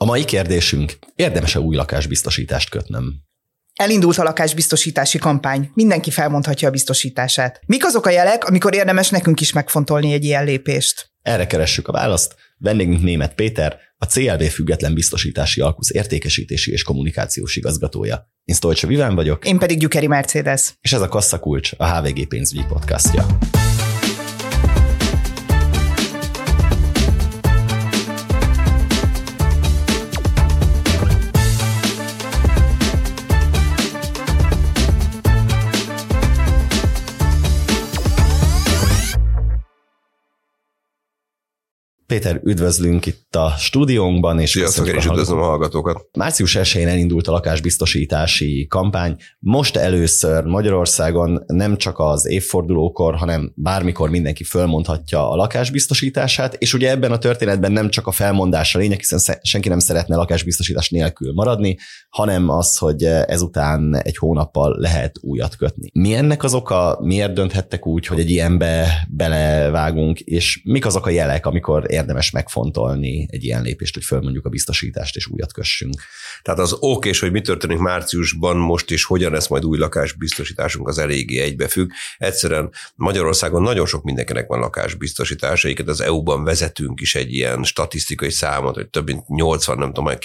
A mai kérdésünk, érdemes-e új lakásbiztosítást kötnöm? Elindult a lakásbiztosítási kampány, mindenki felmondhatja a biztosítását. Mik azok a jelek, amikor érdemes nekünk is megfontolni egy ilyen lépést? Erre keressük a választ. Vendégünk Németh Péter, a CLV független biztosítási alkusz értékesítési és kommunikációs igazgatója. Én Sztolcsa Viván vagyok. Én pedig Gyükeri Mercedes. És ez a Kasszakulcs, a HVG pénzügyi podcastja. Péter, üdvözlünk itt a stúdiónkban. És sziasztok, én is üdvözlöm a hallgatókat. Március 1-én elindult a lakásbiztosítási kampány. Most először Magyarországon nem csak az évfordulókor, hanem bármikor mindenki fölmondhatja a lakásbiztosítását, és ugye ebben a történetben nem csak a felmondás a lényeg, hiszen senki nem szeretne lakásbiztosítás nélkül maradni, hanem az, hogy ezután egy hónappal lehet újat kötni. Mi ennek az oka? Miért dönthettek úgy, hogy egy ilyenbe belevágunk, és mik azok a jelek, amikor érdemes megfontolni egy ilyen lépést, hogy fölmondjuk a biztosítást és újat kössünk? Tehát az ok, és hogy mi történik márciusban most, és hogyan lesz majd új lakásbiztosításunk, az eléggé egybefügg. Egyszerűen Magyarországon nagyon sok mindenkinek van lakásbiztosítása, amiket az EU-ban vezetünk is egy ilyen statisztikai számot, hogy több mint 80, nem tudom,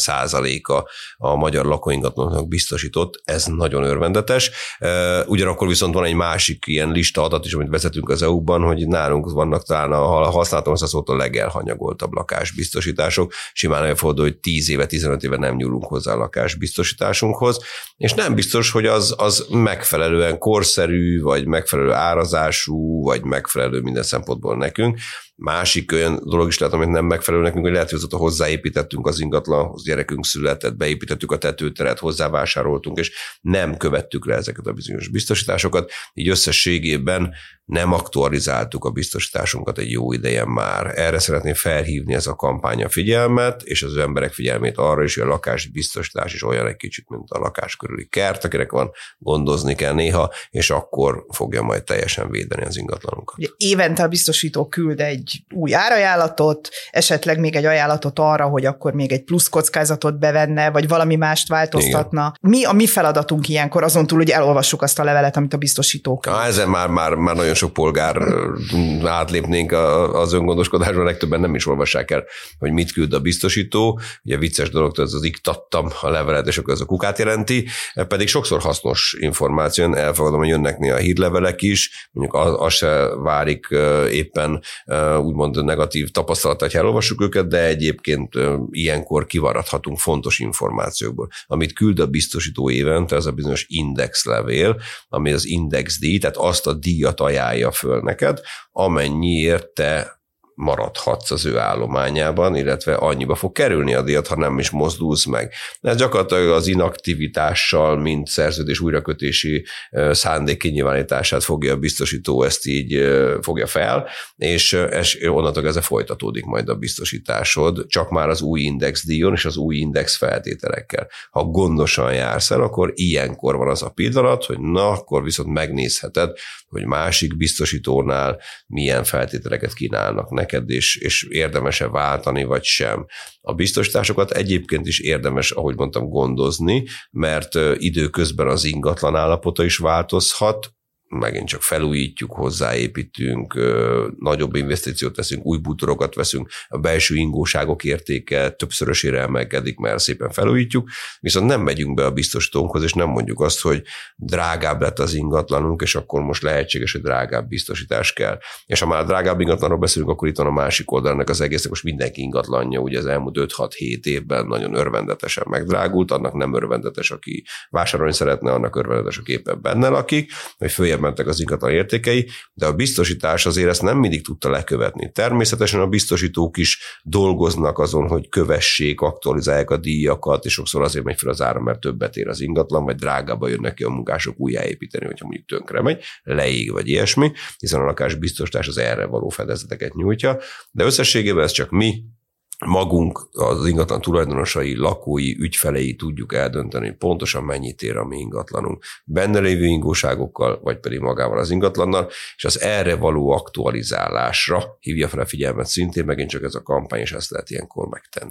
90% a magyar lakóingatlanoknak biztosított. Ez nagyon örvendetes. Ugyanakkor viszont van egy másik ilyen lista adat is, amit vezetünk az EU-ban, hogy nálunk vannak talán, ha használtam azt a szót, a legelhanyagoltabb lakásbiztosítások. Simán előfordul, hogy 10 éve, 15 éve nem nyúlunk hozzá a lakásbiztosításunkhoz, és nem biztos, hogy az megfelelően korszerű, vagy megfelelő árazású, vagy megfelelő minden szempontból nekünk. Másik olyan dolog is lehet, amit nem megfelelő nekünk, hogy lehet, hogy azóta hozzáépítettünk az ingatlanhoz, gyerekünk született, beépítettük a tetőteret, hozzávásároltunk, és nem követtük le ezeket a bizonyos biztosításokat, így összességében nem aktualizáltuk a biztosításunkat egy jó ideje már. Erre szeretném felhívni ez a kampány a figyelmet, és az emberek figyelmét arra is, hogy a lakásbiztosítás is olyan egy kicsit, mint a lakás körüli kert, akinek van, gondozni kell néha, és akkor fogja majd teljesen védeni az ingatlanunkat. Ugye évente a biztosító küld egy új árajánlatot, esetleg még egy ajánlatot arra, hogy akkor még egy plusz kockázatot bevenne, vagy valami mást változtatna. Igen. Mi a mi feladatunk ilyenkor, azon túl, hogy elolvassuk azt a levelet, amit a biztosító küld? Ezen már nagyon sok polgár átlépnénk az öngondoskodásban, legtöbben nem is olvassák el, hogy mit küld a biztosító. Ugye vicces dolog, az iktattam a levelet, és akkor ez a kukát jelenti, pedig sokszor hasznos információ. Elfogadom, hogy jönnek néha a hírlevelek is, mondjuk az se várik éppen úgymond negatív tapasztalat, hogy elolvassuk őket, de egyébként ilyenkor kivaradhatunk fontos információkból. Amit küld a biztosító évente, az a bizonyos indexlevél, ami az indexdíj, tehát azt a díjat ajánlja föl neked, amennyiért te maradhatsz az ő állományában, illetve annyiba fog kerülni a díjat, ha nem is mozdulsz meg. Ez gyakorlatilag az inaktivitással, mint szerződés újrakötési szándék kinyilvánítását fogja a biztosító, ezt így fogja fel, és onnantól kezdve folytatódik majd a biztosításod, csak már az új indexdíjon és az új index feltételekkel. Ha gondosan jársz el, akkor ilyenkor van az a pillanat, hogy na, akkor viszont megnézheted, hogy másik biztosítónál milyen feltételeket kínálnak neked, és érdemes-e váltani, vagy sem. A biztosításokat egyébként is érdemes, ahogy mondtam, gondozni, mert időközben az ingatlan állapota is változhat, megint csak felújítjuk, hozzáépítünk, nagyobb investíciót teszünk, új bútorokat veszünk, a belső ingóságok értéke többszörösére emelkedik, mert szépen felújítjuk, viszont nem megyünk be a biztosítónkhoz, és nem mondjuk azt, hogy drágább lett az ingatlanunk, és akkor most lehetséges, hogy drágább biztosítás kell. És ha már drágább ingatlanról beszélünk, akkor itt van a másik oldalnak az egésznek, most mindenki ingatlanja, ugye az elmúlt 5-6-7 évben nagyon örvendetesen megdrágult, annak nem örvendetes, aki vásárolni szeretne, annak örvendetes, aki éppen benne lakik, vagy följebb mentek az ingatlan értékei, de a biztosítás azért ezt nem mindig tudta lekövetni. Természetesen a biztosítók is dolgoznak azon, hogy kövessék, aktualizálják a díjakat, és sokszor azért megy fel az ára, mert többet ér az ingatlan, vagy drágábban jönnek ki a munkások újjáépíteni, hogyha mondjuk tönkre megy, leég vagy ilyesmi, hiszen a lakásbiztosítás az erre való fedezeteket nyújtja, de összességében ez csak mi magunk, az ingatlan tulajdonosai, lakói, ügyfelei tudjuk eldönteni, hogy pontosan mennyit ér a mi ingatlanunk. Benne lévő ingóságokkal, vagy pedig magával az ingatlannal, és az erre való aktualizálásra hívja fel a figyelmet szintén, megint csak ez a kampány, és ezt lehet ilyenkor megtenni.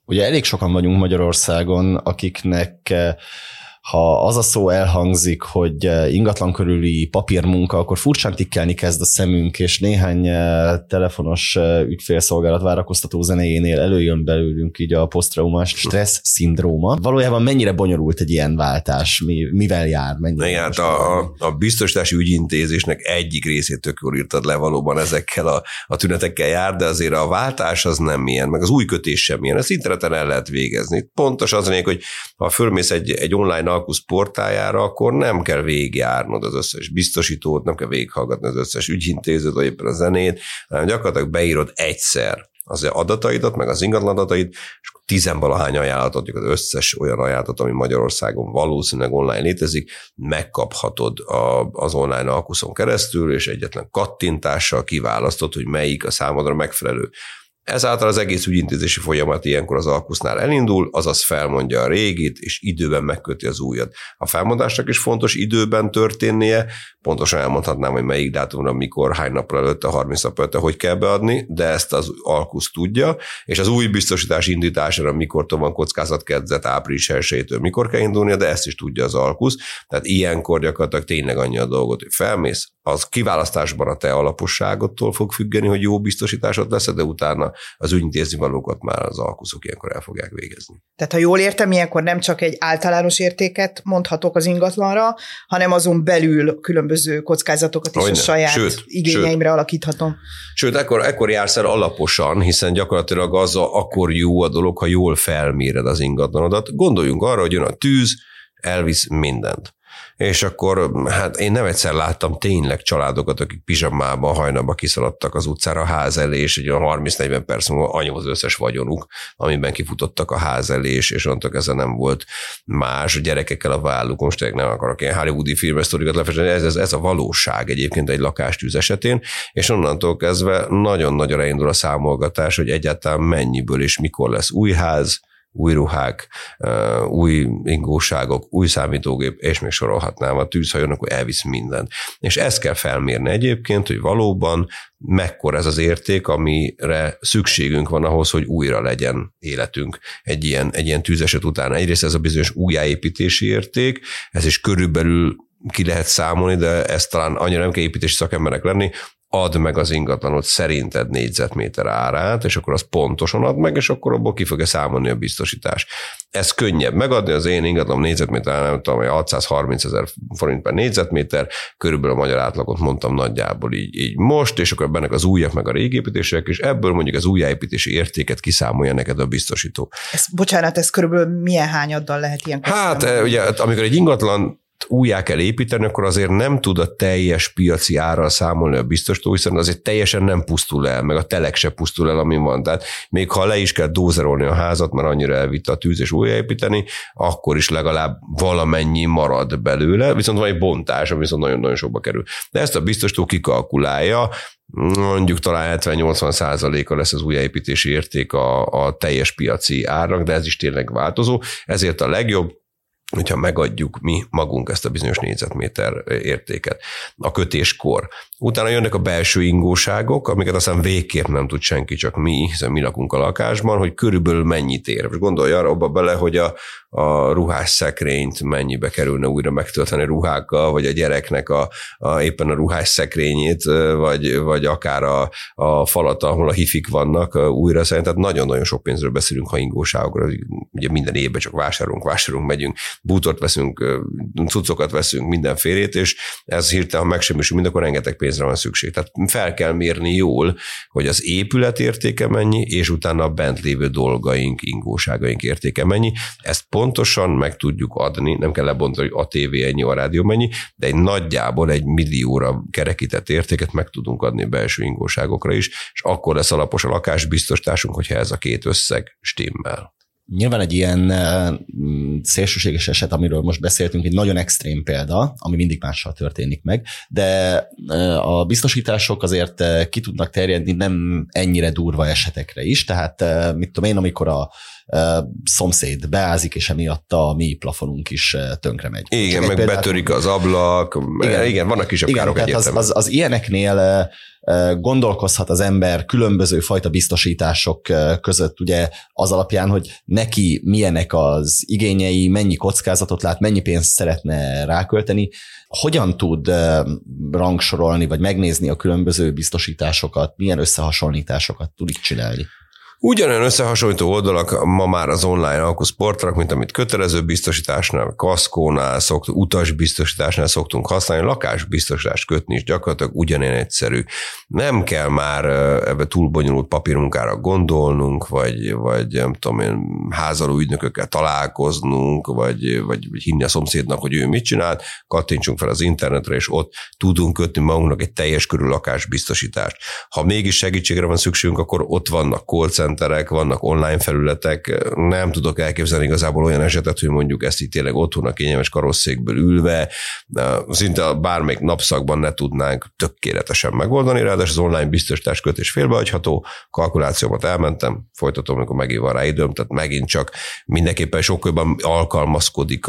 Ugye elég sokan vagyunk Magyarországon, akiknek ha az a szó elhangzik, hogy ingatlan körüli papírmunka, akkor furcsán tikkelni kezd a szemünk, és néhány telefonos ügyfélszolgálat várakoztató zenéjénél előjön belőlünk így a posztraumás stressz szindróma. Valójában mennyire bonyolult egy ilyen váltás? Mivel jár? Igen, hát a biztosítási ügyintézésnek egyik részét tök jól írtad le, valóban ezekkel a tünetekkel jár, de azért a váltás az nem ilyen, meg az új kötés sem ilyen. Ezt interneten el lehet végezni. Pontos az lényeg, hogy ha fölmész egy online alkusz portájára, akkor nem kell végigjárnod az összes biztosítót, nem kell végighallgatni az összes ügyintézőt, vagy éppen a zenét, hanem gyakorlatilag beírod egyszer az adataidat, meg az ingatlan adatait, és 10-valahány ajánlatot, az összes olyan ajánlatot, ami Magyarországon valószínűleg online létezik, megkaphatod az online alkuszon keresztül, és egyetlen kattintással kiválasztod, hogy melyik a számodra megfelelő. Ezáltal az egész ügyintézési folyamat ilyenkor az alkusznál elindul, azaz felmondja a régit, és időben megköti az újat. A felmondásnak is fontos időben történnie, pontosan elmondhatnám, hogy melyik dátumra, mikor, hány napra előtte, 30 nap előtte, hogy kell beadni, de ezt az alkusz tudja, és az új biztosítás indítására, mikor van kockázatkedvezet, április 1-től mikor kell indulnia, de ezt is tudja az alkusz. Tehát ilyenkor gyakorlatilag tényleg annyi a dolgot, hogy felmész, az kiválasztásban a te alaposságottól fog függeni, hogy jó biztosításod lesz, de utána az ügyintézni valókat már az alkuszok ilyenkor el fogják végezni. Tehát ha jól értem, ilyenkor nem csak egy általános értéket mondhatok az ingatlanra, hanem azon belül különböző kockázatokat is a saját igényeimre alakíthatom. Sőt, ekkor jársz el alaposan, hiszen gyakorlatilag akkor jó a dolog, ha jól felméred az ingatlanodat. Gondoljunk arra, hogy jön a tűz, elvisz mindent. És akkor, hát én nem egyszer láttam tényleg családokat, akik pizsamában hajnalba kiszaladtak az utcára a ház elé, és egy olyan 30-40 perc múlva anyom az összes vagyonuk, amiben kifutottak a ház elé, és onnantól ezzel nem volt más, a gyerekekkel a vállukon, most nem akarok ilyen hollywoodi filmes sztorikat lefesteni, ez a valóság egyébként egy lakástűz esetén, és onnantól kezdve nagyon-nagyon elindul a számolgatás, hogy egyáltalán mennyiből és mikor lesz új ház, új ruhák, új ingóságok, új számítógép, és még sorolhatnám, a tűz, ha jön, akkor elvisz mindent. És ezt kell felmérni egyébként, hogy valóban mekkora ez az érték, amire szükségünk van ahhoz, hogy újra legyen életünk egy ilyen tűzeset után. Egyrészt ez a bizonyos újjáépítési érték, ez is körülbelül ki lehet számolni, de ezt talán annyira nem kell építési szakemberek lenni, add meg az ingatlanot szerinted négyzetméter árát, és akkor az pontosan add meg, és akkor abból ki fogja számolni a biztosítás. Ez könnyebb megadni, az én ingatlan négyzetméter, nem tudom, 630 000 forint per négyzetméter, körülbelül a magyar átlagot mondtam nagyjából így most, és akkor bennek az újak meg a régi építések, és ebből mondjuk az újjáépítési értéket kiszámolja neked a biztosító. Ez körülbelül milyen hányaddal lehet ilyen? Hát ugye, amikor egy ingatlan újjá kell építeni, akkor azért nem tud a teljes piaci árral számolni a biztosító, hiszen azért teljesen nem pusztul el, meg a telek se pusztul el, ami van. Tehát még ha le is kell dózerolni a házat, mert annyira elvitte a tűz és újjáépíteni, akkor is legalább valamennyi marad belőle, viszont van egy bontás, ami viszont nagyon-nagyon sokba kerül. De ezt a biztosító kikalkulálja, mondjuk talán 70-80%-a lesz az újjáépítési érték a teljes piaci árnak, de ez is tényleg változó. Ezért a legjobb, hogyha megadjuk mi magunk ezt a bizonyos négyzetméter értéket a kötéskor. Utána jönnek a belső ingóságok, amiket aztán végképp nem tud senki, csak mi, hiszen mi lakunk a lakásban, hogy körülbelül mennyit ér. Most gondolj arra abba bele, hogy a ruhás szekrényt mennyibe kerülne újra megtölteni ruhákkal, vagy a gyereknek éppen a ruhás szekrényét, vagy akár a falat, ahol a hifik vannak újra szerint. Tehát nagyon-nagyon sok pénzről beszélünk, ha ingóságokra. Ugye minden évben csak vásárolunk, megyünk, bútort veszünk, cuccokat veszünk, mindenfélét, és ez hirtelen, ha megsemmisül mind, akkor rengeteg pénzre van szükség. Tehát fel kell mérni jól, hogy az épület értéke mennyi, és utána a bent lévő dolgaink, ingóságaink értéke mennyi. Ezt pontosan meg tudjuk adni, nem kell lebontani, hogy a tévé ennyi, a rádió mennyi, de egy nagyjából 1 millióra kerekített értéket meg tudunk adni belső ingóságokra is, és akkor lesz alapos a lakásbiztosításunk, hogyha ez a két összeg stimmel. Nyilván egy ilyen szélsőséges eset, amiről most beszéltünk, egy nagyon extrém példa, ami mindig mással történik meg, de a biztosítások azért ki tudnak terjedni nem ennyire durva esetekre is, tehát mit tudom én, amikor a szomszéd beázik, és emiatt a mi plafonunk is tönkre megy. Igen, meg példát, betörik az ablak, igen vannak kisebb károk egyértelműen. Az ilyeneknél gondolkozhat az ember különböző fajta biztosítások között, ugye az alapján, hogy neki milyenek az igényei, mennyi kockázatot lát, mennyi pénzt szeretne rákölteni, hogyan tud rangsorolni, vagy megnézni a különböző biztosításokat, milyen összehasonlításokat tud itt csinálni. Ugyanolyan összehasonlító oldalak ma már az online alkuszporttalak, mint amit kötelező biztosításnál, kaszkónál, utasbiztosításnál szoktunk használni, lakásbiztosítást kötni is gyakorlatilag ugyanilyen egyszerű. Nem kell már ebbe túl bonyolult papírmunkára gondolnunk, vagy nem tudom én, házaló ügynökökkel találkoznunk, vagy hinni a szomszédnak, hogy ő mit csinált, kattintsunk fel az internetre, és ott tudunk kötni magunknak egy teljes körű lakásbiztosítást. Ha mégis segítségre van szükségünk, akkor ott vannak call centerek, vannak online felületek, nem tudok elképzelni igazából olyan esetet, hogy mondjuk ezt itt tényleg otthon a kényelmes karosszékből ülve, szinte bármelyik napszakban ne tudnánk tökéletesen megoldani, ráadásul az online biztosítás kötés félbehagyható, kalkulációmat elmentem, folytatom, amikor megint van rá időm, tehát megint csak mindenképpen sokkal jobban alkalmazkodik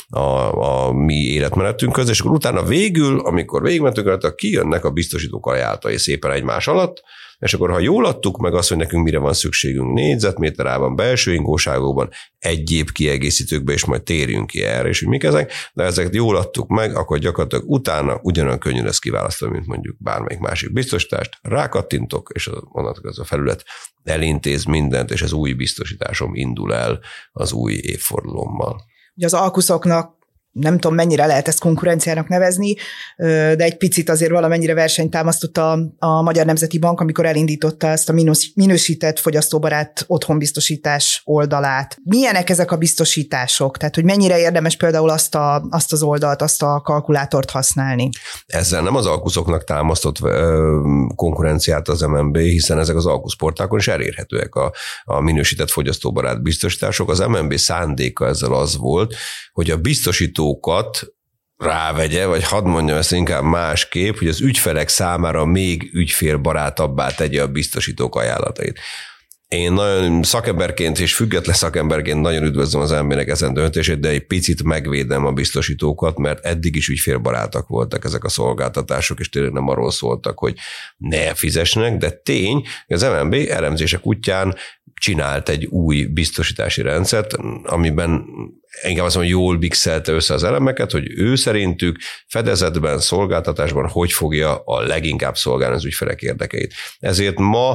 a mi életmenetünkhöz, és akkor utána végül, amikor végigmentünk, akkor kijönnek a biztosítók ajánlatai szépen egymás alatt, és akkor ha jól adtuk meg azt, hogy nekünk mire van szükségünk négyzetméterában, belső ingóságokban, egyéb kiegészítőkbe, és majd térjünk ki erre, és hogy mik ezek, de ezeket jól adtuk meg, akkor gyakorlatilag utána ugyanolyan könnyű lesz kiválasztani, mint mondjuk bármelyik másik biztosítást, rákattintok, és onnantól ez a felület elintéz mindent, és az új biztosításom indul el az új évfordulómmal. Ugye az alkuszoknak nem tudom, mennyire lehet ezt konkurenciának nevezni, de egy picit azért valamennyire versenyt támasztott a Magyar Nemzeti Bank, amikor elindította ezt a minősített fogyasztóbarát otthonbiztosítás oldalát. Milyenek ezek a biztosítások? Tehát, hogy mennyire érdemes például azt az oldalt, azt a kalkulátort használni? Ezzel nem az alkuszoknak támasztott konkurenciát az MNB, hiszen ezek az alkuszportákon is elérhetőek a minősített fogyasztóbarát biztosítások. Az MNB szándéka ezzel az volt, hogy a biztosítókat rávegye, vagy hadd mondjam ezt inkább másképp, hogy az ügyfelek számára még ügyfélbarátabbá tegye a biztosítók ajánlatait. Én nagyon szakemberként és független szakemberként nagyon üdvözlöm az MNB-nek ezen döntését, de egy picit megvédem a biztosítókat, mert eddig is ügyfélbarátak voltak ezek a szolgáltatások, és tényleg nem arról szóltak, hogy ne fizessenek, de tény, hogy az MNB elemzések útján csinált egy új biztosítási rendszert, amiben inkább azt mondom, jól mixelte össze az elemeket, hogy ő szerintük fedezetben, szolgáltatásban hogy fogja a leginkább szolgálni az ügyfelek érdekeit. Ezért ma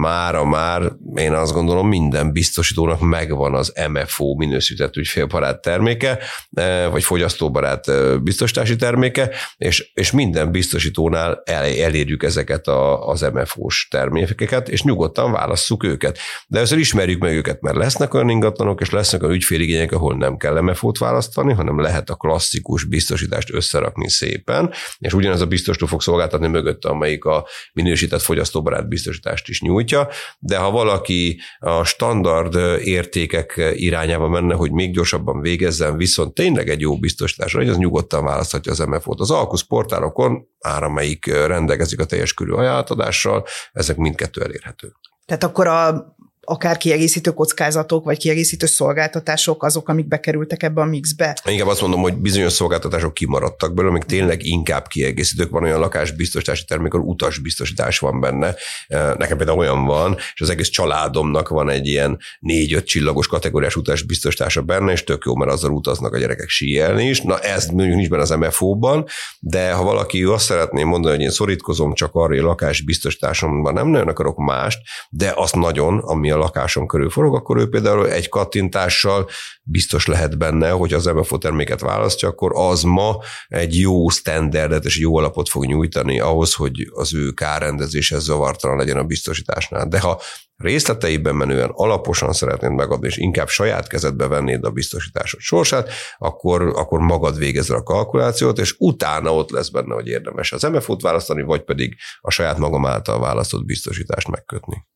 már én azt gondolom, minden biztosítónak megvan az MFO minősített ügyfélbarát terméke, vagy fogyasztóbarát biztosítási terméke, és minden biztosítónál elérjük ezeket az MFO-s termékeket, és nyugodtan válasszuk őket. De ezzel ismerjük meg őket, mert lesznek olyan ingatlanok, és lesznek olyan ügyféligények, ahol nem kell MFO-t választani, hanem lehet a klasszikus biztosítást összerakni szépen, és ugyanaz a biztosító fog szolgáltatni mögötte, amelyik a minősített fogyasztóbarát biztosítást is nyújtja, de ha valaki a standard értékek irányába menne, hogy még gyorsabban végezzen, viszont tényleg egy jó biztosításra, az nyugodtan választhatja az MFO-t. Az alkusz portálokon, amelyik rendelkezik a teljes körű ajánlatadással, ezek mindkettő elérhető. Tehát akkor akár kiegészítő kockázatok, vagy kiegészítő szolgáltatások azok, amik bekerültek ebbe a mixbe? Inkább azt mondom, hogy bizonyos szolgáltatások kimaradtak belőle, amik tényleg inkább kiegészítők. Van olyan lakásbiztosítási termék, ahol utasbiztosítás van benne. Nekem például olyan van, és az egész családomnak van egy ilyen 4-5 csillagos kategóriás utasbiztosítása benne, és tök jó, mert azzal utaznak a gyerekek síelni is. Na ez mondjuk nincs benne az MFO-ban, de ha valaki azt szeretné mondani, hogy én szorítkozom csak arra, hogy a lakásbiztosításomban nem nagyon akarok mást, de azt nagyon, ami a lakáson körül forog, akkor ő például egy kattintással biztos lehet benne, hogy az MFO terméket választja, akkor az ma egy jó standardet és jó alapot fog nyújtani ahhoz, hogy az ő kárrendezéshez zavartalan legyen a biztosításnál. De ha részleteiben menően alaposan szeretnéd megadni, és inkább saját kezedbe vennéd a biztosításod sorsát, akkor magad végezd a kalkulációt, és utána ott lesz benne, hogy érdemes az MFO-t választani, vagy pedig a saját magam által választott biztosítást megkötni.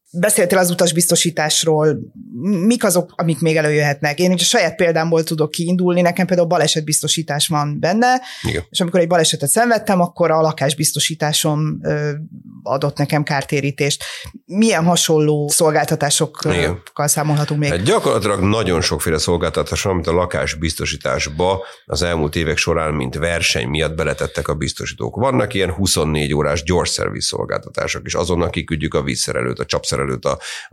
Beszéltél az utasbiztosításról, mik azok, amik még előjöhetnek? Én ugye a saját példámból tudok kiindulni, nekem például balesetbiztosítás van benne, igen. És amikor egy balesetet szenvedtem, akkor a lakásbiztosításom adott nekem kártérítést. Milyen hasonló szolgáltatásokkal számolhatunk még? Hát gyakorlatilag nagyon sokféle szolgáltatás van, amit a lakásbiztosításba az elmúlt évek során, mint verseny miatt beletettek a biztosítók. Vannak ilyen 24 órás gyors szerviz szolgáltatások, és azonnal kiküldjük a vízszerelőt, a csapszerelőt,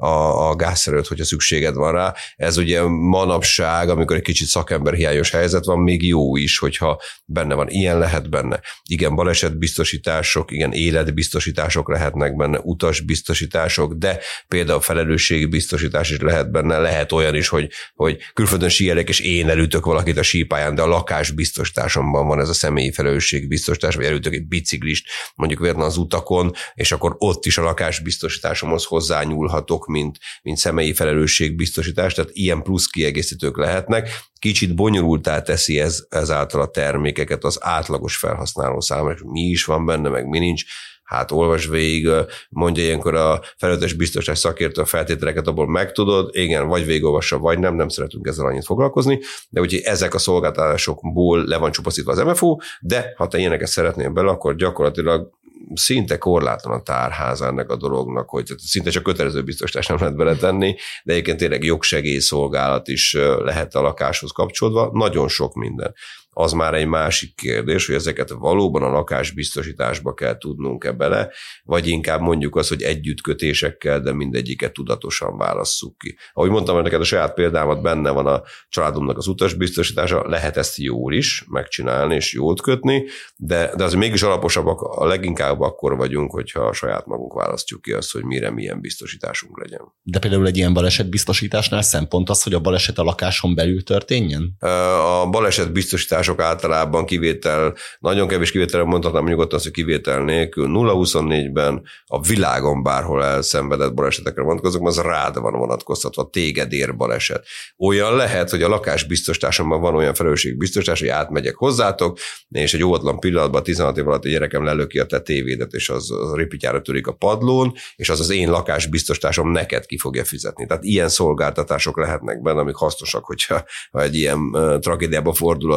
a gázszerelőt, hogyha szükséged van rá. Ez ugye manapság, amikor egy kicsit szakemberhiányos helyzet van, még jó is, hogyha benne van. Ilyen lehet benne. Igen, balesetbiztosítások, igen, életbiztosítások lehetnek benne, utasbiztosítások, de például felelősségbiztosítás is lehet benne, lehet olyan is, hogy külföldön síelek, és én elütök valakit a sípályán, de a lakásbiztosításomban van ez a személyi felelősségbiztosítás, vagy elütök egy biciklist, mondjuk véletlen az utakon, és akkor ott is a lakásbiztosításomhoz hozzányúlhatok, mint személyi felelősségbiztosítás, tehát ilyen plusz kiegészítők lehetnek. Kicsit bonyolultá teszi ezáltal a termékeket az átlagos felhasználó számára, mi is van benne, meg mi nincs. Hát olvasd végig, mondja ilyenkor a felületes biztosítás szakértő a feltételeket, abból megtudod, igen, vagy végigolvassa, vagy nem szeretünk ezzel annyit foglalkozni, de úgyhogy ezek a szolgáltatásokból le van csupaszítva az MFO, de ha te ilyeneket szeretnél bele, akkor gyakorlatilag szinte korlátlan a tárháza ennek a dolognak, hogy szinte csak kötelező biztosítást nem lehet beletenni, de egyébként tényleg jogsegélyszolgálat is lehet a lakáshoz kapcsolódva, nagyon sok minden. Az már egy másik kérdés, hogy ezeket valóban a lakásbiztosításba kell tudnunk-e bele, vagy inkább mondjuk azt, hogy együttkötésekkel, de mindegyiket tudatosan válasszuk ki. Ahogy mondtam, neked a saját példámat, benne van a családomnak az utasbiztosítása, lehet ezt jól is megcsinálni és jót kötni, de az mégis alaposabbak, a leginkább akkor vagyunk, hogyha a saját magunk választjuk ki azt, hogy mire milyen biztosításunk legyen. De például egy ilyen balesetbiztosításnál szempont az, hogy a baleset a lakáson belül történjen? A balesetbiztosítás általában kivétel, nagyon kevés kivételre mondhatnám nyugodtan, hogy kivétel nélkül 0-24-ben a világon bárhol elszenvedett balesetekre vonatkozók, az rád van vonatkoztatva, téged ér baleset. Olyan lehet, hogy a lakásbiztosításomban van olyan felelősségbiztosítás, hogy átmegyek hozzátok, és egy óvatlan pillanatban 16 év alatt a gyerekem lelöki a te tévédet, és az ripityára törik a padlón, és az én lakásbiztosításom neked ki fogja fizetni. Tehát ilyen szolgáltatások lehetnek benne, amik hasznosak, hogyha egy ilyen tragédiába fordul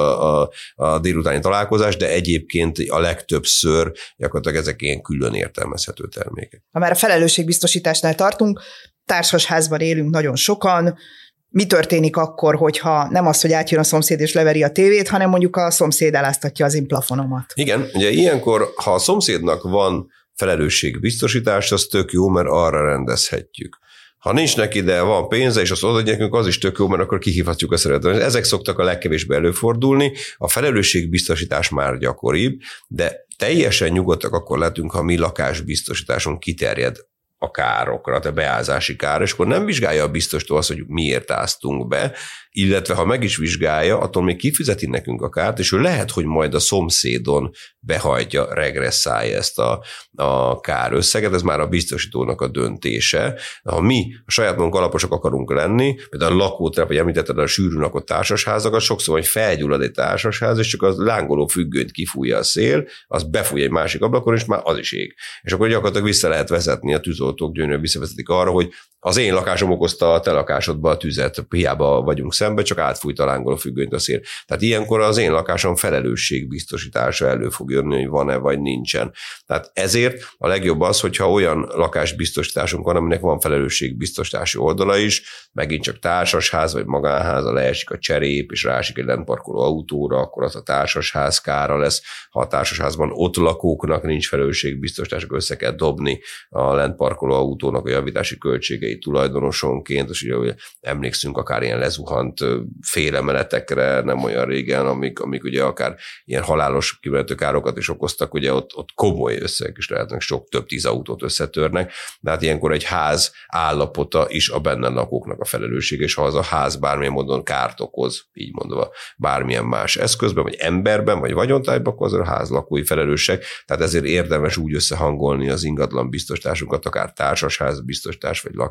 a délutáni találkozás, de egyébként a legtöbbször gyakorlatilag ezek ilyen külön értelmezhető termékek. Ha már a felelősségbiztosításnál tartunk, társasházban élünk nagyon sokan, mi történik akkor, hogyha nem az, hogy átjön a szomszéd és leveri a tévét, hanem mondjuk a szomszéd eláztatja az én plafonomat? Igen, ugye ilyenkor, ha a szomszédnak van felelősségbiztosítás, az tök jó, mert arra rendezhetjük. Ha nincs neki, de van pénze, és azt odaadja nekünk, az is tök jó, mert akkor kihívhatjuk a szeretet. Ezek szoktak a legkevésbé előfordulni. A felelősségbiztosítás már gyakoribb, de teljesen nyugodtak akkor lehetünk, ha mi lakásbiztosításunk kiterjed a károkra, a beázási kár, és akkor nem vizsgálja a biztostól azt, hogy miért áztunk be, illetve ha meg is vizsgálja, attól még kifizeti nekünk a kárt, és ő lehet, hogy majd a szomszédon behajtja, regresszálja ezt a kárösszeget, ez már a biztosítónak a döntése. Ha mi a saját magunk alaposak akarunk lenni, például a lakótelep, vagy említetted a sűrűn lakott társasházakat, sokszor, hogy felgyullad egy társasház, és csak az lángoló függönyt kifújja a szél, az befújja egy másik ablakon, és már az is ég. És akkor gyakorlatilag vissza lehet vezetni, a tűzoltók gyönyörűen visszavezetik arra, hogy az én lakásom okozta a te lakásodba a tüzet, hiába vagyunk szembe, csak átfújt a lángoló függönyt a szél. Tehát ilyenkor az én lakásom felelősségbiztosítása elő fog jönni, hogy van-e vagy nincsen. Tehát ezért a legjobb az, hogyha olyan lakásbiztosításunk van, aminek van felelősségbiztosítási oldala is, megint csak társasház vagy magánháza, leesik a cserép, és rásik egy lentparkoló autóra, akkor az a társasház kára lesz. Ha a társasházban ott lakóknak nincs felelősségbiztosítás, akkor össze kell dobni a lentparkoló autónak a javítási költségeit tulajdonosonként, és ugye emlékszünk akár ilyen lezuhant félemeletekre nem olyan régen, amik ugye akár ilyen halálos kimenető károkat is okoztak, ugye ott komoly összegek is lehetnek, sok több 10 autót összetörnek, de hát ilyenkor egy ház állapota is a benne lakóknak a felelősség, és ha az a ház bármilyen módon kárt okoz, így mondva, bármilyen más eszközben, vagy emberben, vagy vagyontájban, akkor az a ház lakói felelősek, tehát ezért érdemes úgy összehangolni az ingatlan biztosításunkat, akár társasház biztosítás, vagy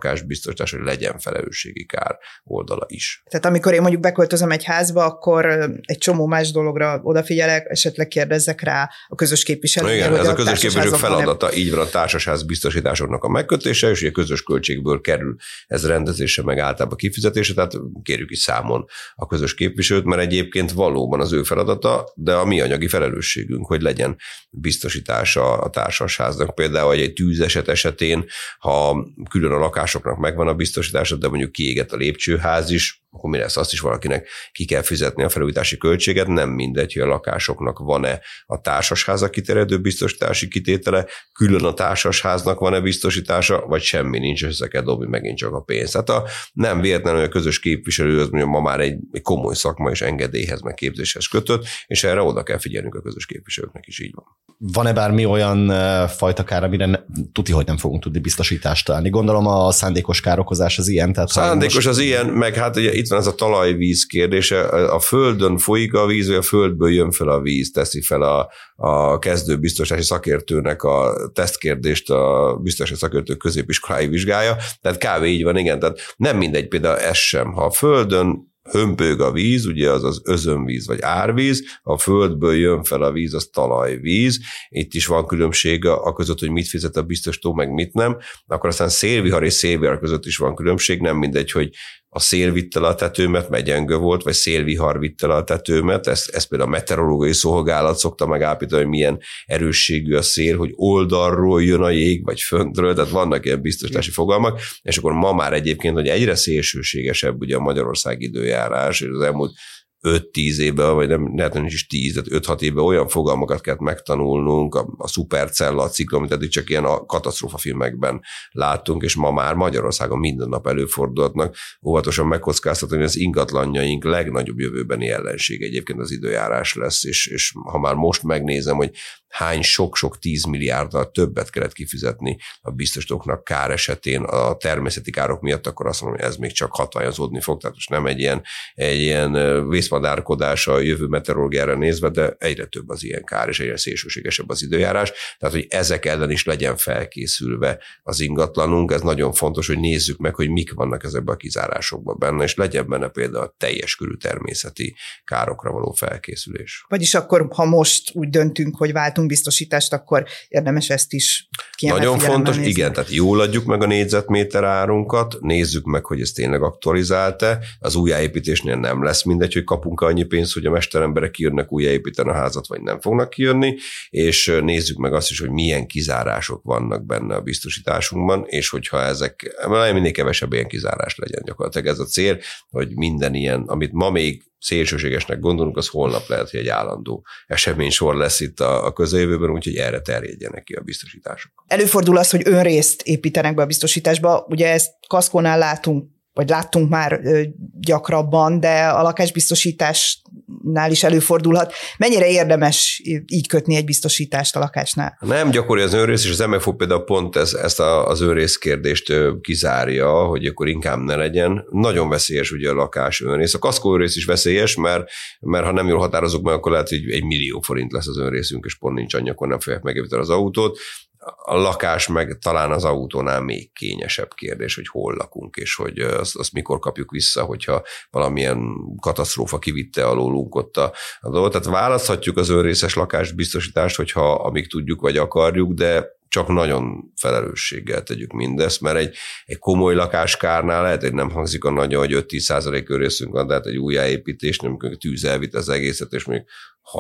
lakásbiztosítás, hogy legyen felelősségi kár oldala is. Tehát amikor én mondjuk beköltözöm egy házba, akkor egy csomó más dologra odafigyelek, esetleg kérdezzek rá a közös képviselőre. Igen, ez a közös képviselők feladata, így van a társasház biztosításoknak a megkötése, és ugye közös költségből kerül ez rendezésre, meg általában kifizetése, tehát kérjük is számon a közös képviselőt, mert egyébként valóban az ő feladata, de a mi anyagi felelősségünk, hogy legyen biztosítása a társasháznak. Például egy tűzeset esetén, ha külön a lakásoknak megvan a biztosítása, de mondjuk kiégett a lépcsőház is, akkor mi lesz? Azt is valakinek ki kell fizetni a felújítási költséget, nem mindegy, hogy a lakásoknak van-e a társasházak kiterjedő biztosítási kitétele, külön a társasháznak van-e biztosítása, vagy semmi nincs, össze kell dobni megint csak a pénzt. Tehát nem véletlenül, hogy a közös képviselő az mondjuk ma már egy komoly szakma és engedélyhez, meg képzéshez kötött, és erre oda kell figyelnünk a közös képviselőknek is, így van. Van-e bármi olyan fajta kár, amire tuti, hogy nem fogunk tudni biztosítást találni? Gondolom a szándékos károkozás az ilyen. Tehát szándékos az ilyen, meg hát ugye itt van ez a talajvíz kérdése, a földön folyik a víz, vagy a földből jön fel a víz, teszi fel a kezdő biztonsági szakértőnek a tesztkérdést a biztonsági szakértő középiskolái vizsgálja, tehát kb. Így van, igen, tehát nem mindegy például ez sem, ha a földön hömpög a víz, ugye az özönvíz vagy árvíz, ha a földből jön fel a víz, az talajvíz, itt is van különbség a között, hogy mit fizet a biztosító, meg mit nem, akkor aztán szélvihar és szélvihar között is van különbség, nem mindegy, hogy a szél vitte le a tetőmet, mert gyenge volt, vagy szélvihar vitte le a tetőmet, ezt például a meteorológiai szolgálat szokta megállapítani, hogy milyen erősségű a szél, hogy oldalról jön a jég, vagy föntről, tehát vannak ilyen biztosítási fogalmak, és akkor ma már egyébként, hogy egyre szélsőségesebb ugye a Magyarország időjárás, és az elmúlt 5-10 évben, vagy nem, lehet nem is 10, de 5-6 évben olyan fogalmakat kellett megtanulnunk, a szupercella ciklon, amit eddig csak ilyen a katasztrófafilmekben láttunk, és ma már Magyarországon minden nap előfordulhatnak. Óvatosan megkockáztatni, hogy az ingatlanjaink legnagyobb jövőbeni ellenség egyébként az időjárás lesz, és ha már most megnézem, hogy hány sok-sok 10 milliárddal többet kellett kifizetni a biztosítóknak kár esetén a természeti károk miatt, akkor azt mondom, hogy ez még csak hatványozódni fog, tehát most nem egy ilyen vészmadárkodás a jövő meteorológiára nézve, de egyre több az ilyen kár, és egyre szélsőségesebb az időjárás, tehát hogy ezek ellen is legyen felkészülve az ingatlanunk, ez nagyon fontos, hogy nézzük meg, hogy mik vannak ezekben a kizárásokban benne, és legyen benne például a teljes körű természeti károkra való felkészülés. Vagyis akkor, ha most úgy döntünk, hogy váltunk biztosítást, akkor érdemes ezt is kiemelt nagyon fontos, nézni. Igen, tehát jól adjuk meg a négyzetméter árunkat, nézzük meg, hogy ez tényleg aktualizált-e, az újjáépítésnél nem lesz mindegy, hogy kapunk annyi pénzt, hogy a mesteremberek kijönnek újjáépíteni a házat, vagy nem fognak kijönni, és nézzük meg azt is, hogy milyen kizárások vannak benne a biztosításunkban, és hogyha ezek, minél kevesebb ilyen kizárás legyen gyakorlatilag ez a cél, hogy minden ilyen, amit ma még szélsőségesnek gondolunk, az holnap lehet, hogy egy állandó eseménysor lesz itt a közeljövőben, úgyhogy erre terjedjenek ki a biztosítások. Előfordul az, hogy önrészt építenek be a biztosításba, ugye ezt Kaszkónál láttunk már gyakrabban, de a lakásbiztosításnál is előfordulhat. Mennyire érdemes így kötni egy biztosítást a lakásnál? Nem gyakori az önrész, és az MFO például pont ezt az önrész kérdést kizárja, hogy akkor inkább ne legyen. Nagyon veszélyes ugye a lakás önrész. A kaszkó önrész is veszélyes, mert ha nem jól határozok meg, akkor lehet, hogy 1 millió forint lesz az önrészünk, és pont nincs annyi, akkor nem fogják megépíteni az autót. A lakás meg talán az autónál még kényesebb kérdés, hogy hol lakunk, és hogy azt mikor kapjuk vissza, hogyha valamilyen katasztrófa kivitte alólunk ott a dolgot. Tehát választhatjuk az önrészes lakásbiztosítást, hogyha amíg tudjuk vagy akarjuk, de csak nagyon felelősséggel tegyük mindezt, mert egy komoly lakáskárnál lehet, hogy nem hangzik a nagyon, hogy 5-10% önrészünk van, de hát egy újjáépítésnél, amikor tűz elvitt az egészet, és még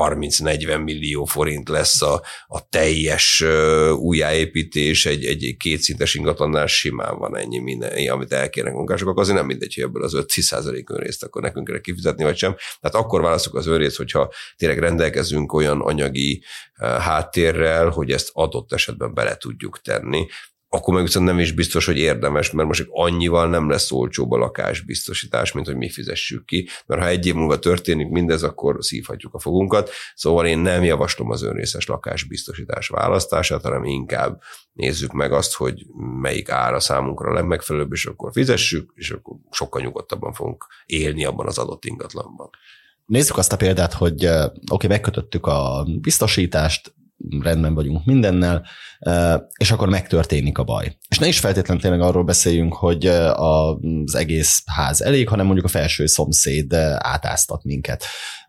30-40 millió forint lesz a teljes újjáépítés, egy kétszintes ingatlannál simán van ennyi minden, amit elkérnek munkások, akkor azért nem mindegy, hogy ebből az 5-10% önrészt akkor nekünk kell kifizetni, vagy sem. Tehát akkor választjuk az önrészt, hogyha tényleg rendelkezünk olyan anyagi háttérrel, hogy ezt adott esetben bele tudjuk tenni, akkor meg viszont nem is biztos, hogy érdemes, mert most annyival nem lesz olcsóbb a lakásbiztosítás, mint hogy mi fizessük ki, mert ha 1 év múlva történik mindez, akkor szívhatjuk a fogunkat. Szóval én nem javaslom az önrészes lakásbiztosítás választását, hanem inkább nézzük meg azt, hogy melyik ára számunkra a legmegfelelőbb, és akkor fizessük, és akkor sokkal nyugodtabban fogunk élni abban az adott ingatlanban. Nézzük azt a példát, hogy megkötöttük a biztosítást, rendben vagyunk mindennel, és akkor megtörténik a baj. És ne is feltétlenül tényleg arról beszéljünk, hogy az egész ház elég, hanem mondjuk a felső szomszéd átáztat minket.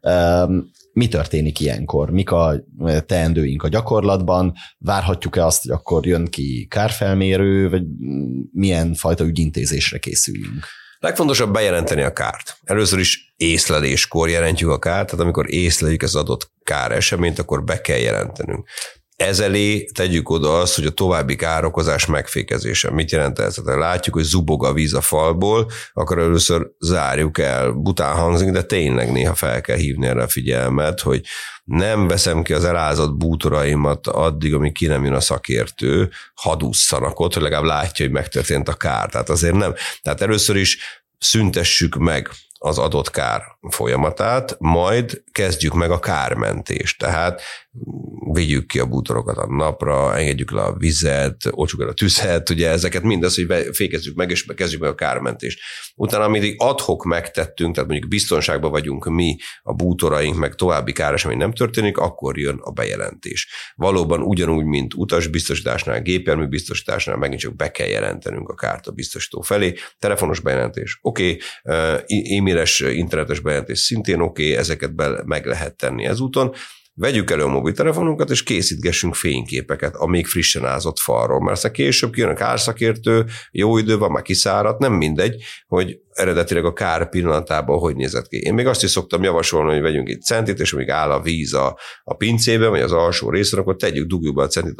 Mi történik ilyenkor? Mik a teendőink a gyakorlatban? Várhatjuk-e azt, hogy akkor jön ki kárfelmérő, vagy milyen fajta ügyintézésre készüljünk? Legfontosabb bejelenteni a kárt. Először is észleléskor jelentjük a kárt, tehát amikor észleljük az adott kár eseményt, akkor be kell jelentenünk. Ez elé tegyük oda azt, hogy a további károkozás megfékezése. Mit jelent ez? Tehát látjuk, hogy zubog a víz a falból, akkor először zárjuk el. Bután hangzik, de tényleg néha fel kell hívni erre a figyelmet, hogy nem veszem ki az elázott bútoraimat addig, amíg ki nem jön a szakértő, hadd ússzanak ott, hogy legalább látja, hogy megtörtént a kár. Tehát azért nem. Tehát először is szüntessük meg az adott kár folyamatát, majd kezdjük meg a kármentést. Tehát vigyük ki a bútorokat a napra, engedjük le a vizet, oltsuk el a tüzet, ugye ezeket mindaz, hogy fékezzük meg, és kezdjük meg a kármentést. Utána, amit ad-hoc megtettünk, tehát mondjuk biztonságban vagyunk mi, a bútoraink, meg további káresemény nem történik, akkor jön a bejelentés. Valóban ugyanúgy, mint utasbiztosításnál, gépjármű biztosításnál megint csak be kell jelentenünk a kárt a biztosító felé. Telefonos bejelentés, oké, e-mailes, internetes bejelentés szintén oké, ezeket meg lehet tenni ezúton. Vegyük elő a mobiltelefonunkat, és készítgessünk fényképeket a még frissen ázott falról. Mert aztán később kijön a kárszakértő, jó idő van, már kiszáradt, nem mindegy, hogy eredetileg a kár pillanatában hogy nézett ki. Én még azt is szoktam javasolni, hogy vegyünk egy centit, és amíg áll a víz a pincében, vagy az alsó részen, akkor dugjuk be a centit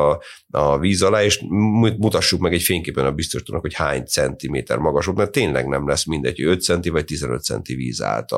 a víz alá, és mutassuk meg egy fényképen a biztosítónak, hogy hány centiméter magasok, mert tényleg nem lesz mindegy, hogy 5 centi vagy 15 centi víz állt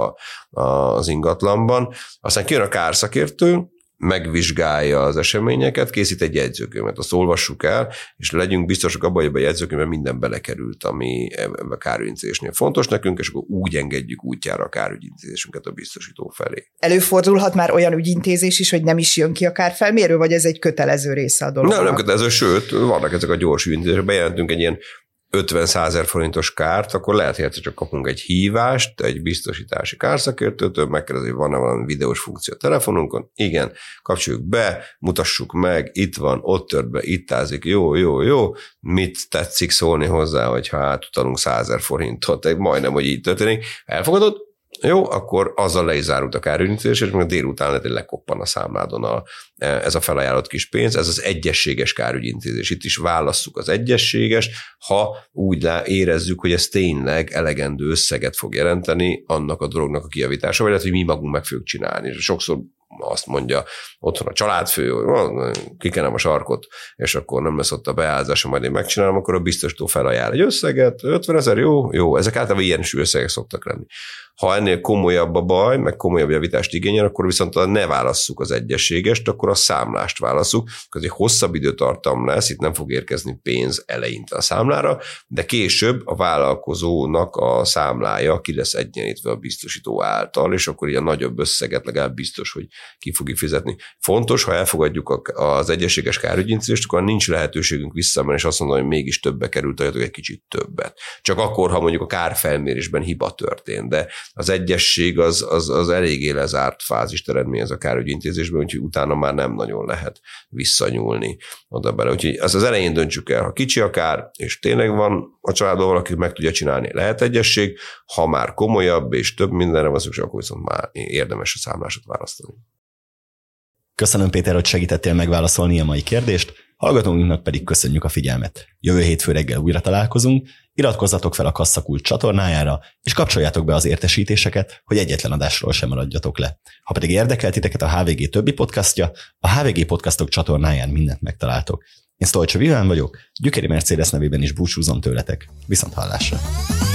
az ingatlanban. Aztán kijön a kárszakértő, megvizsgálja az eseményeket, készít egy jegyzőkönyvet, azt olvassuk el, és legyünk biztosak abban, hogy a jegyzőkönyvben minden belekerült, ami a kárügyintézésnél fontos nekünk, és akkor úgy engedjük útjára a kárügyintézésünket a biztosító felé. Előfordulhat már olyan ügyintézés is, hogy nem is jön ki a kárfelmérő, vagy ez egy kötelező része a dolognak? Nem kötelező, sőt, vannak ezek a gyors ügyintézések, bejelentünk egy ilyen 50-100 000 forintos kárt, akkor lehet, hogy csak kapunk egy hívást egy biztosítási kárszakértőtől, megkérdezi, hogy van-e valami videós funkció a telefonunkon. Igen, kapcsoljuk be, mutassuk meg, itt van, ott tört be, itt ázik, jó, mit tetszik szólni hozzá, hogyha átutalunk 100 000 forintot, majdnem, hogy így történik. Elfogadod? Jó, akkor azzal le is zárult a kárügyintézés, és még délután lehet, hogy lekoppan a számládon ez a felajánlott kis pénz, ez az egyességes kárügyintézés. Itt is válasszuk az egyességes, ha úgy érezzük, hogy ez tényleg elegendő összeget fog jelenteni annak a dolognak a kijavítása, vagy lehet, hogy mi magunk meg fogjuk csinálni. És sokszor azt mondja otthon a családfő, hogy kikenem a sarkot, és akkor nem lesz ott a beállzása, majd én megcsinálom, akkor a biztosító felajánl egy összeget, 50 000, jó, ezek általában ilyen összegek szoktak lenni. Ha ennél komolyabb a baj, meg komolyabb javítást igényel, akkor viszont ne válasszuk az egyességest, akkor a számlást válasszuk, ez egy hosszabb időtartam lesz, itt nem fog érkezni pénz eleinte a számlára, de később a vállalkozónak a számlája ki lesz egyenlítve a biztosító által, és akkor ilyen nagyobb összeget legalább biztos, hogy ki fogjuk fizetni. Fontos, ha elfogadjuk az egyességes kárügyintézést, akkor nincs lehetőségünk visszamenni, és azt mondani, hogy mégis többe került, egy kicsit többet. Csak akkor, ha mondjuk a kárfelmérésben hiba történt, de az egyesség az eléggé lezárt fázist eredményez a kárügyintézésben, úgyhogy utána már nem nagyon lehet visszanyúlni oda bele. Úgyhogy az elején döntsük el, ha kicsi a kár, és tényleg van a családban valaki, meg tudja csinálni, lehet egyesség, ha már komolyabb és több mindenre van szükség, akkor viszont már érdemes a számlásot választani. Köszönöm, Péter, hogy segítettél megválaszolni a mai kérdést, hallgatóinknak pedig köszönjük a figyelmet. Jövő hétfő reggel újra találkozunk, iratkozzatok fel a Kasszakult csatornájára, és kapcsoljátok be az értesítéseket, hogy egyetlen adásról sem maradjatok le. Ha pedig érdekel titeket a HVG többi podcastja, a HVG Podcastok csatornáján mindent megtaláltok. Én Stolcsa Viván vagyok, Gyökéri Mercedes nevében is búcsúzom tőletek. Viszont hallásra!